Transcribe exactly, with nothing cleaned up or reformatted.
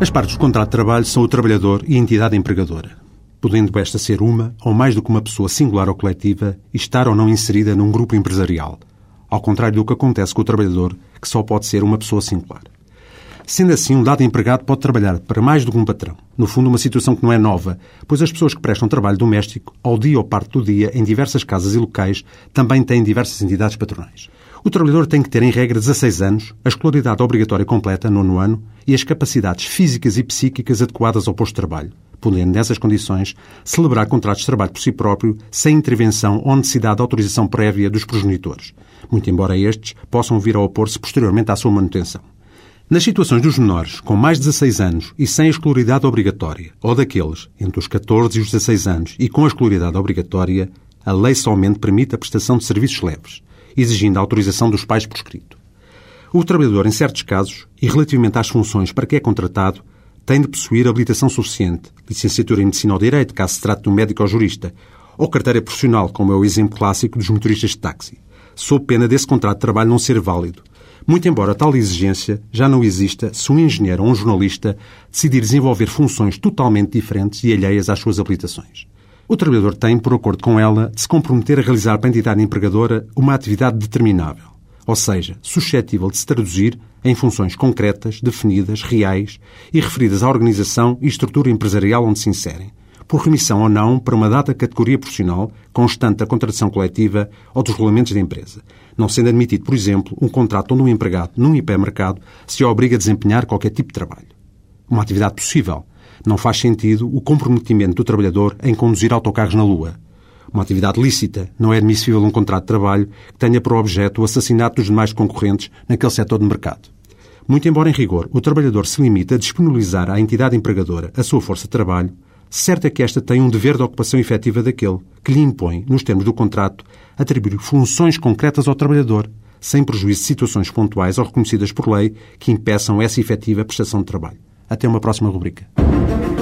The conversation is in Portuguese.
As partes do contrato de trabalho são o trabalhador e a entidade empregadora, podendo esta ser uma ou mais do que uma pessoa singular ou coletiva e estar ou não inserida num grupo empresarial, ao contrário do que acontece com o trabalhador, que só pode ser uma pessoa singular. Sendo assim, um dado empregado pode trabalhar para mais do que um patrão. No fundo, uma situação que não é nova, pois as pessoas que prestam trabalho doméstico, ao dia ou parte do dia, em diversas casas e locais, também têm diversas entidades patronais. O trabalhador tem que ter, em regra, dezasseis anos, a escolaridade obrigatória completa, nono ano, e as capacidades físicas e psíquicas adequadas ao posto de trabalho, podendo, nessas condições, celebrar contratos de trabalho por si próprio, sem intervenção ou necessidade de autorização prévia dos progenitores, muito embora estes possam vir a opor-se posteriormente à sua manutenção. Nas situações dos menores, com mais de dezasseis anos e sem a escolaridade obrigatória, ou daqueles entre os catorze e os dezasseis anos e com a escolaridade obrigatória, a lei somente permite a prestação de serviços leves, exigindo a autorização dos pais por escrito. O trabalhador, em certos casos, e relativamente às funções para que é contratado, tem de possuir habilitação suficiente, licenciatura em Medicina ou Direito, caso se trate de um médico ou jurista, ou carteira profissional, como é o exemplo clássico dos motoristas de táxi, sob pena desse contrato de trabalho não ser válido, muito embora tal exigência já não exista se um engenheiro ou um jornalista decidir desenvolver funções totalmente diferentes e alheias às suas habilitações. O trabalhador tem, por acordo com ela, de se comprometer a realizar para a entidade empregadora uma atividade determinável, ou seja, suscetível de se traduzir em funções concretas, definidas, reais e referidas à organização e estrutura empresarial onde se inserem, por remissão ou não para uma dada categoria profissional constante da contratação coletiva ou dos regulamentos da empresa, não sendo admitido, por exemplo, um contrato onde um empregado, num hipermercado, se obriga a desempenhar qualquer tipo de trabalho. Uma atividade possível. Não faz sentido o comprometimento do trabalhador em conduzir autocarros na Lua. Uma atividade lícita. Não é admissível um contrato de trabalho que tenha por objeto o assassinato dos demais concorrentes naquele setor de mercado. Muito embora, em rigor, o trabalhador se limite a disponibilizar à entidade empregadora a sua força de trabalho, certo é que esta tem um dever de ocupação efetiva daquele, que lhe impõe, nos termos do contrato, atribuir funções concretas ao trabalhador, sem prejuízo de situações pontuais ou reconhecidas por lei que impeçam essa efetiva prestação de trabalho. Até uma próxima rubrica.